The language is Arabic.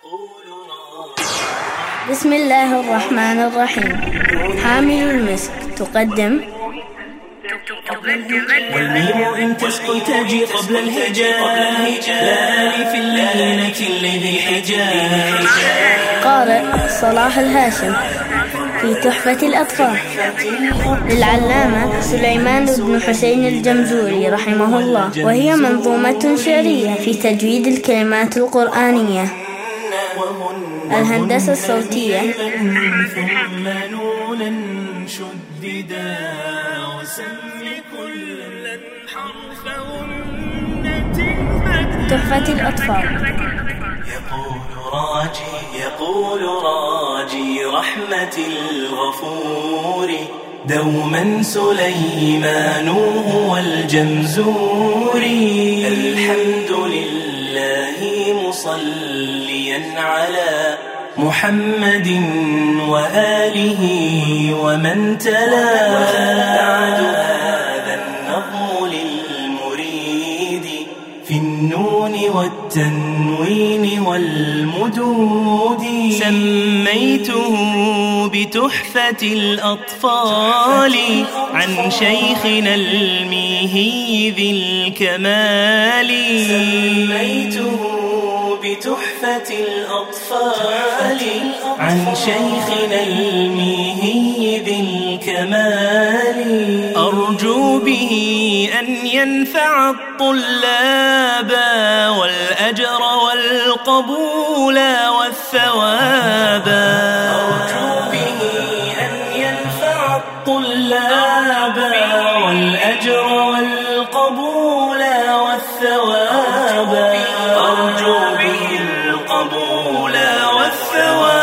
بسم الله الرحمن الرحيم. حامل المسك تقدم والميم إن تسكن تجي قبل الهجاء لا ألف اللينة الذي حجاء. قارئ صلاح الهاشم في تحفة الأطفال للعلامة سليمان بن حسين الجمزوري رحمه الله، وهي منظومة شعرية في تجويد الكلمات القرآنية، الهندسة الصوتية، ثم نونا شددا وسم كلا حرف غنة تحفة الأطفال. يقول راجي رحمة الغفور دوما سليمان هو الجمزوري. الحمد لله مصليا على محمد وآله ومن تلا. بعد هذا النظم للمريد في النون والتنوين والمدود. سميته بتحفة الأطفال عن شيخنا الميهي ذي الكمال. سميته بتحفة الأطفال عن شيخنا الميهي ذي الكمال. أرجو به أن ينفع الطلاب والأجر والقبول والثواب. أرجو به أن ينفع الطلاب والأجر والقبول والثواب. أرجو به القبول والثواب.